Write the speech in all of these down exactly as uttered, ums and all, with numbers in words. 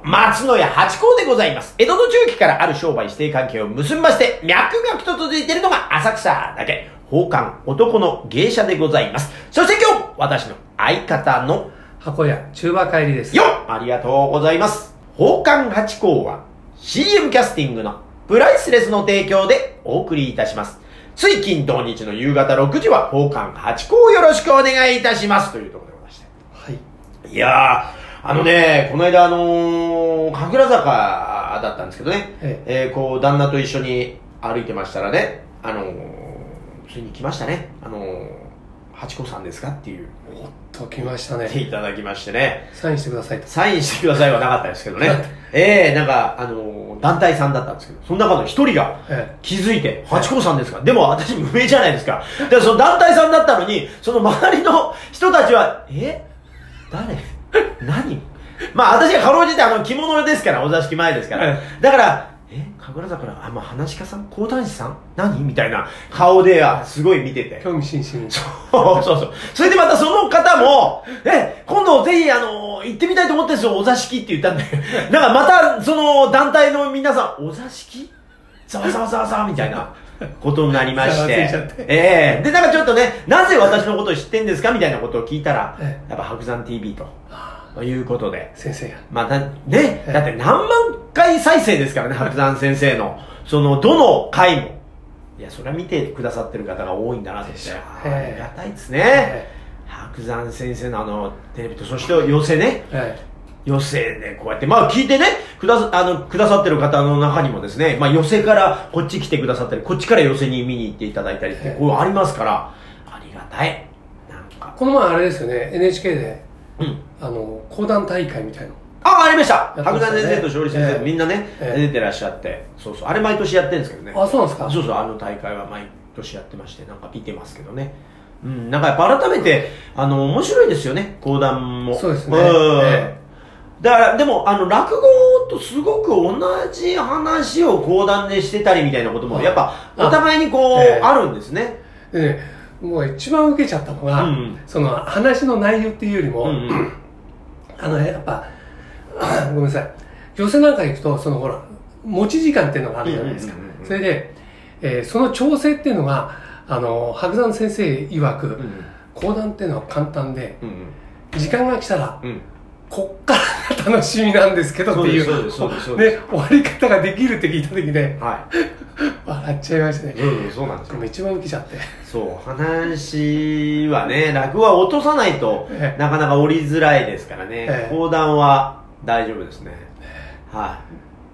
松野屋八甲でございます。江戸の中期からある商売指定関係を結びまして、脈々と続いているのが浅草だけ、宝冠男の芸者でございます。そして今日、私の相方の箱屋中馬帰りです。 よっありがとうございます。宝冠八甲は シーエム キャスティングのプライスレスの提供でお送りいたします。つい金土日の夕方ろくじは宝冠八甲をよろしくお願いいたします。というところでございまして。 はい。 いやー、あのね、この間あのー、神楽坂だったんですけどね、えええー、こう、旦那と一緒に歩いてましたらね、あのー、ついに来ましたね。あのー、八甲さんですかっていう。 おっと来ましたね。 来ていただきましてね。 サインしてくださいと。 サインしてくださいはなかったですけどね。ええー、なんか、あのー、団体さんだったんですけど、その中の一人が気づいて、ええ、八甲さんですか、でも私無名じゃないですか。だからその団体さんだったのに、その周りの人たちは、え誰何まあ私がかろうじてあの着物ですから、お座敷前ですから。ええ、だから、え神楽坂あ、まあ、話し家さん講談師さん何みたいな顔で、すごい見てて。 興味津々。 そうそうそう。それでまたその方も、え、今度ぜひ、あの、行ってみたいと思ってるんですよ、お座敷って言ったんで。だからまた、その、団体の皆さん、お座敷ざわざわざわざわみたいなことになりまして。ええー、で、なんかちょっとね、なぜ私のことを知ってんですかみたいなことを聞いたら、ええ、やっぱ白山 ティーブイ と。ということで。 先生が。 また、ね、だって何万回再生ですからね、白山先生の。その、どの回も。いや、それは見てくださってる方が多いんだなって。ありがたいですね。白山先生のあの、テレビと、そして寄せね。寄せでこうやって、まあ聞いてね、くださ、あの、くださってる方の中にもですね、まあ寄せからこっち来てくださったり、こっちから寄せに見に行っていただいたりって、こうありますから、ありがたい。 なんか。この前あれですよね、エヌエイチケー で。うん、あの講談大会みたいなあありました、ね、白山先生と勝利先生、えー、みんなね、えー、出てらっしゃって、そうそうあれ毎年やってるんですけどね。 あそうなんですか。 そうそうあの大会は毎年やってまして、なんか見てますけどね。うんなんかやっぱ改めてあの面白いですよね、講談も。 そうですね、えー、だからでもあの落語とすごく同じ話を講談でしてたりみたいなこともやっぱお互いにこう あ,、えー、あるんですね。 でねもう一番受けちゃったのが、うん、その話の内容っていうよりも、うんうん、あのやっぱごめんなさい、寄席なんか行くとそのほら持ち時間っていうのがあるじゃないですか。それで、えー、その調整っていうのがあの白山先生曰く、うん、講談っていうのは簡単で、うんうん、時間が来たら、うん、こっからが楽しみなんですけどっていうで終わり方ができるって聞いた時ね、はい、笑っちゃいましたね。 うん、そうなんですよ。 一番受けちゃって。 そう、話はね、落語は落とさないと、ええ、なかなか降りづらいですからね。ええ、講談は大丈夫ですね。ええ、はい。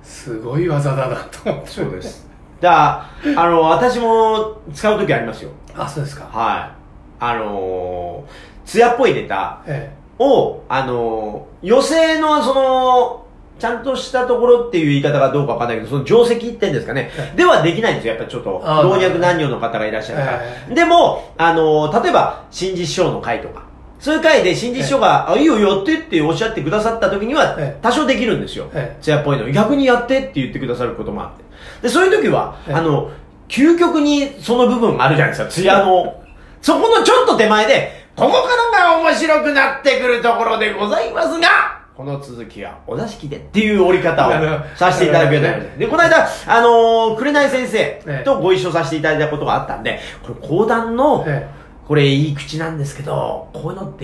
すごい技だなと思って。 そうです。じゃあ、あの、私も使うときありますよ。 あ、そうですか。 はい。あのー、艶っぽいネタを、ええ、あのー、寄席のその、ちゃんとしたところっていう言い方がどうかわかんないけど、その定石ってんですかね。ではできないんですよ。やっぱりちょっと、老若男女の方がいらっしゃるから。えー、でも、あの、例えば、新実師匠の会とか、そういう会で新実師匠が、えー、あ、いいよ、やってっておっしゃってくださった時には、多少できるんですよ。艶っぽいの。逆にやってって言ってくださることもあって。で、そういう時は、えー、あの、究極にその部分があるじゃないですか。艶の。そこのちょっと手前で、ここからが面白くなってくるところでございますが、この続きはお座敷でっていう折り方をさせていただくようになりました。で、この間、あのー、紅先生とご一緒させていただいたことがあったんで、これ講談の、これいい口なんですけど、こういうのって、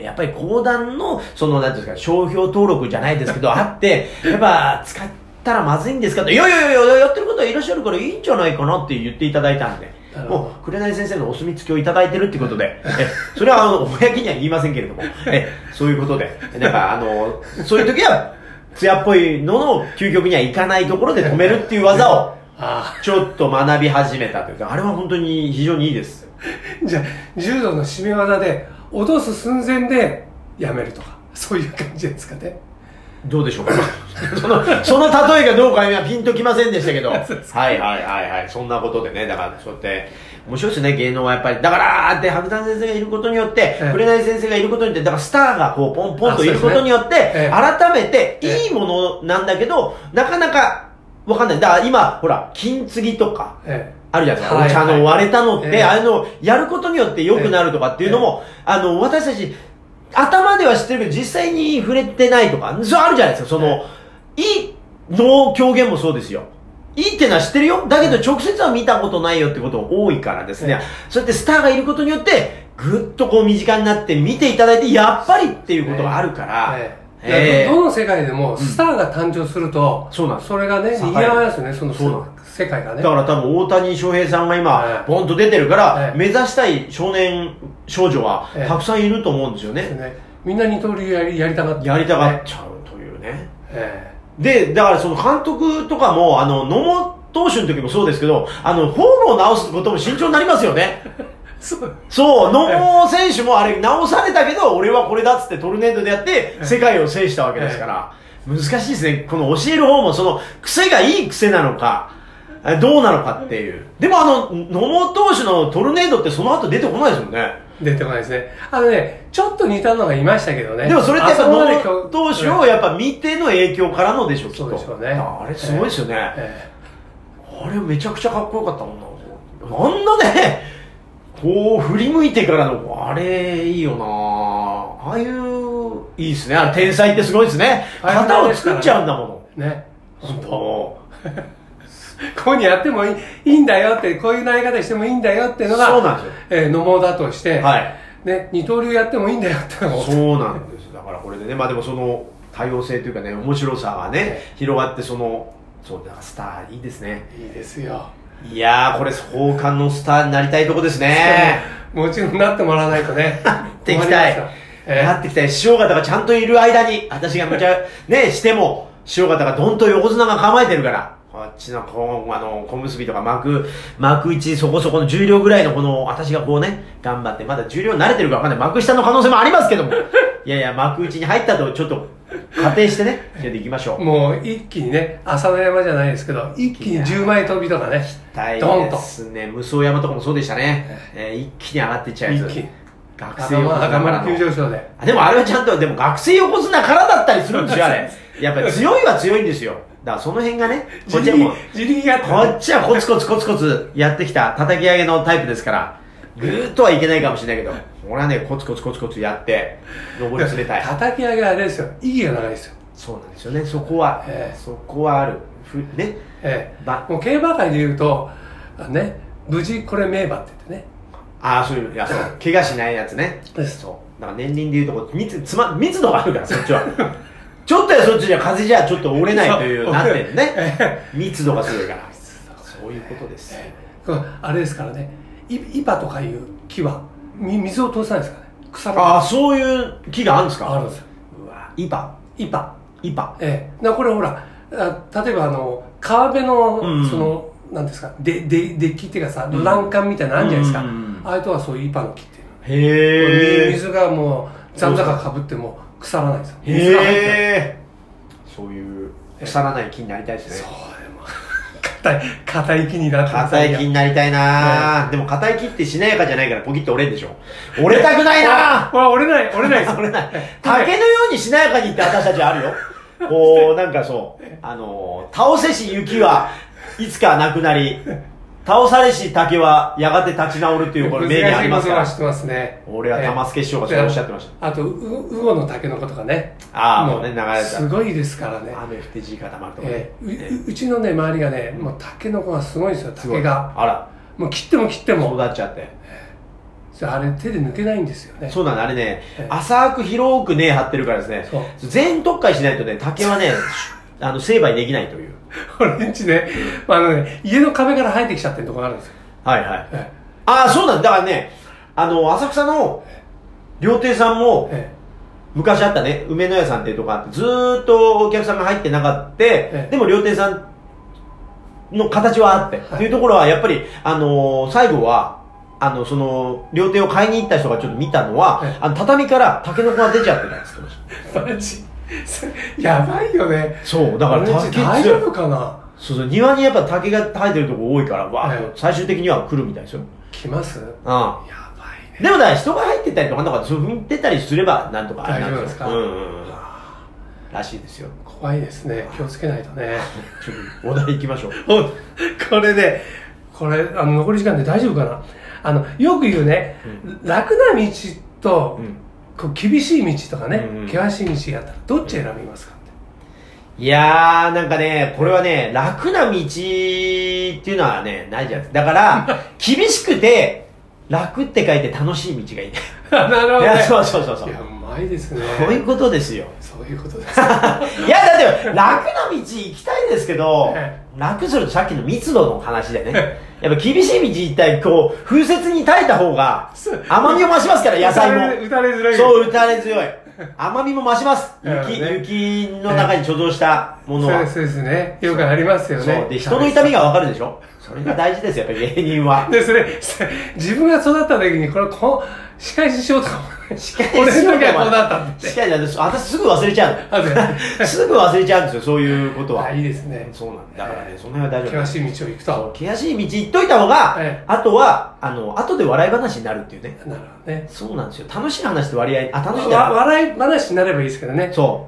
やっぱり講談の、その、なんていうんですか、商標登録じゃないですけど、あって、やっぱ使ったらまずいんですかと、いやいやいや、やってることはいらっしゃるからいいんじゃないかなって言っていただいたんで、もう、紅先生のお墨付きをいただいてるってことで、え、それはあの、公には言いませんけれども、え、そういうことで、なんかあの、そういう時は、艶っぽいのの究極にはいかないところで止めるっていう技を、ちょっと学び始めたというか、あれは本当に非常にいいです。 じゃあ、柔道の締め技で、落とす寸前でやめるとか、そういう感じですかね。 どうでしょうかその、その例えがどうか今ピンときませんでしたけど。はいはいはいはい。そんなことでね、だからそうやって、面白いですね、芸能はやっぱり。だから、って白山先生がいることによって、紅先生がいることによって、だからスターがこう、ポンポンといることによって、改めて、いいものなんだけど、なかなか、わかんない。だから今、ほら、金継ぎとか、あるじゃないですか。お茶の割れたのって、ああいうのをやることによって良くなるとかっていうのも、あの、私たち、頭では知ってるけど、実際に触れてないとか、そうあるじゃないですか、その、 いいの狂言もそうですよ。いいってのは知ってるよ。だけど直接は見たことないよってこと多いからですね。はい、そうやってスターがいることによって、ぐっとこう身近になって見ていただいて、やっぱりっていうことがあるから、はいはい、 えー、どの世界でもスターが誕生すると、うん、そうなんです。それがね、賑わいますよね、その世界がね。 だから多分大谷翔平さんが今、ボンと出てるから、目指したい少年少女はたくさんいると思うんですよね。 ね、みんな二刀流やり、やりたがって、 やりたがっちゃうというね。えーで、だからその監督とかも、あの、野茂投手の時もそうですけど、あの、フォームを直すことも慎重になりますよね。そう。そう、野茂選手もあれ直されたけど、俺はこれだっつってトルネードでやって、世界を制したわけですから、難しいですね。この教える方も、その、癖がいい癖なのか、どうなのかっていう。でもあの、野茂投手のトルネードってその後出てこないですもんね。 出てこないですね。あのね、ちょっと似たのがいましたけどね。 でもそれってやっぱ野茂投手をやっぱ見ての影響からのでしょう、きっと。 そうでしょうね。 あれすごいですよね。えーえー、あれめちゃくちゃかっこよかったもんな。あんなね、こう振り向いてからの、あれいいよなああいう、いいですね。あれ天才ってすごいですね。型を作っちゃうんだもの。 ね。本当。こういうにやってもいい、いいんだよって、こういう投げ方してもいいんだよっていうのが、 そうなんですよ。 えー、野茂だとして、はい。ね、二刀流やってもいいんだよってのが。 そうなんです。だからこれでね、まあでもその多様性というかね、面白さがね、広がって、その、そうだ、スターいいですね。 いいですよ。 いやー、これ、奉還のスターになりたいとこですね。 もちろんなってもらわないとね。 なっていきたい。えー、なっていきたい。師匠方がちゃんといる間に、私がむちゃ、ね、しても、師匠方がどんと横綱が構えてるから。こっちのこあの小結とか幕幕一そこそこの重量ぐらいのこの私がこうね頑張ってまだ重量慣れてるか分かんない幕下の可能性もありますけどもいやいや幕一に入ったとちょっと仮定してねやっていきましょう。 もう一気にね朝乃山じゃないですけど一気にじゅうまい跳びとかねドンとですね無双山とかもそうでしたね、えー、一気に上がっていっちゃうやつ。一気に学生横綱からの急上昇ででもあれはちゃんとでも学生横綱からだったりするんですよあれやっぱり強いは強いんですよ。だからその辺がね、こっちはもう、 自力がこっちはコツコツコツコツやってきた叩き上げのタイプですから、ぐーっとはいけないかもしれないけど、俺はね、コツコツコツコツやって、登り詰めたい。 叩き上げはあれですよ、息が長いですよ。 そうなんですよね、そこは、えー、そこはある。ふね。 ええー。もう競馬界で言うと、ね、無事これ名馬って言ってね。 ああ、そういう、いや、そう、怪我しないやつね。そう。だから年輪で言うとこ、密、つま、密度があるから、そっちは。ちょっとやそっちじゃ風じゃちょっと折れないというなってるね。密度がすごいから。そういうことです。 あれですからね。イパとかいう木は水を通さないですからね。腐らない。ああ、そういう木があるんですか。 あるんですよ。 うわ、イパ。 イパ。 イパ。 ええ。だこれほら、例えばあの川辺のそのなんですか、ででデッキっていうかさ、欄干みたいなのあるんじゃないですか。あれとはそういうイパの木っていう。 へえ。 水がもう残高かぶっても。腐らないですよ。 へえ。そういう腐らない木になりたいですね。 そうでも硬い硬い木になって硬い木になりたいな、でも硬い木ってしなやかじゃないからポキッと折れんでしょ。折れたくないなぁ。折れない折れない折れない。竹のようにしなやかにって私たちあるよ。こうなんかそうあの倒せし雪はいつかなくなり。倒されし竹はやがて立ち直るというこれ名言ありますから。 知ってますね。 俺は玉助師匠がそうおっしゃってました。 あとう魚の竹の子とかね。 ああもうね流れた。 すごいですからね。 雨降って地固まるとかね。 うちのね周りがねもう竹の子がすごいんですよ竹が。 あら。もう切っても切っても。 育っちゃって。 あれ手で抜けないんですよね。 そうなのあれね浅く広く根張ってるからですね。全特化しないとね竹はねあの成敗できないという。 俺んちね、あのね、家の壁から生えてきちゃってるところがあるんですよ。 はいはい。ええ、ああ、そうなんだ。だからね、あの、浅草の料亭さんも、ええ、昔あったね、梅の屋さんっていうとこあって、ずーっとお客さんが入ってなかった、ええ、でも料亭さんの形はあって、はい、っていうところは、やっぱり、あのー、最後は、あの、その、料亭を買いに行った人がちょっと見たのは、ええ、あの、畳からタケノコが出ちゃってたんですけど。 マジやばいよね。 そう、だから竹大丈夫かな。 そうそう、庭にやっぱ竹が生えてるとこ多いから、わーっと最終的には来るみたいですよ。 来ます？うん。やばいね。でもだから人が入ってたりとか、なんかそう踏んでたりすれば、なんとかあれなんですか。うんうん。 らしいですよ。 怖いですね。気をつけないとね。 ちょっとお題行きましょう。 これで、これ、あの、残り時間で大丈夫かな。あの、よく言うね、うん、楽な道と、うんこう厳しい道とかね、うんうん、険しい道があったらどっち選びますかっいやー、なんかね、これはね、楽な道っていうのはね、ないじゃないですか。だから、厳しくて、楽って書いて楽しい道がいいね。 なるほど、ね。 いや、そうそうそうそう。 いや、うまいですね。 そういうことですよ。 そういうことです。 いや、だって、楽な道行きたいですけど、楽するとさっきの密度の話でね。やっぱ厳しい道行ったり、こう、風雪に耐えた方が、甘みを増しますから、野菜も。 打たれづらい。 そう、打たれ強い。甘みも増します。雪、ね、雪の中に貯蔵したものは。 そうですね。よくありますよね。 そう。で、人の痛みがわかるでしょ？それが大事ですよ、やっぱり芸人は。 で、それ、自分が育った時に、これ、こう、仕返ししようとか、 仕返ししようとか。 俺の時はこうだったって。 仕返し、私すぐ忘れちゃう。すぐ忘れちゃうんですよ、そういうことは。 あ、いいですね。 そうなんだ。だからね、その辺は大丈夫。 険しい道を行くと。 険しい道行っといた方が、あとは、あの、後で笑い話になるっていうね。 なるほどね。 そうなんですよ。楽しい話と割合、あ、楽しい笑い話になればいいですけどね。 そう。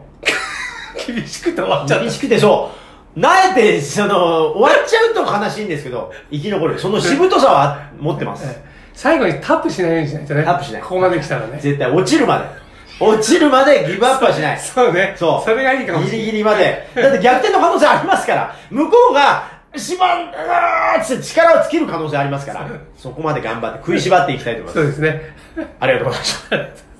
厳しくて終わっちゃう。 厳しくてそう。なえて、その、終わっちゃうと悲しいんですけど、生き残る。そのしぶとさは持ってます。 最後にタップしないようにしないとね。 タップしない。 ここまで来たらね。 絶対落ちるまで。落ちるまでギブアップはしない。 そうね。 そう。 それがいいかもしれない。 ギリギリまで。だって逆転の可能性ありますから。向こうが、しばん、あーって力をつける可能性ありますから。そこまで頑張って食いしばっていきたいと思います。 そうですね。 ありがとうございました。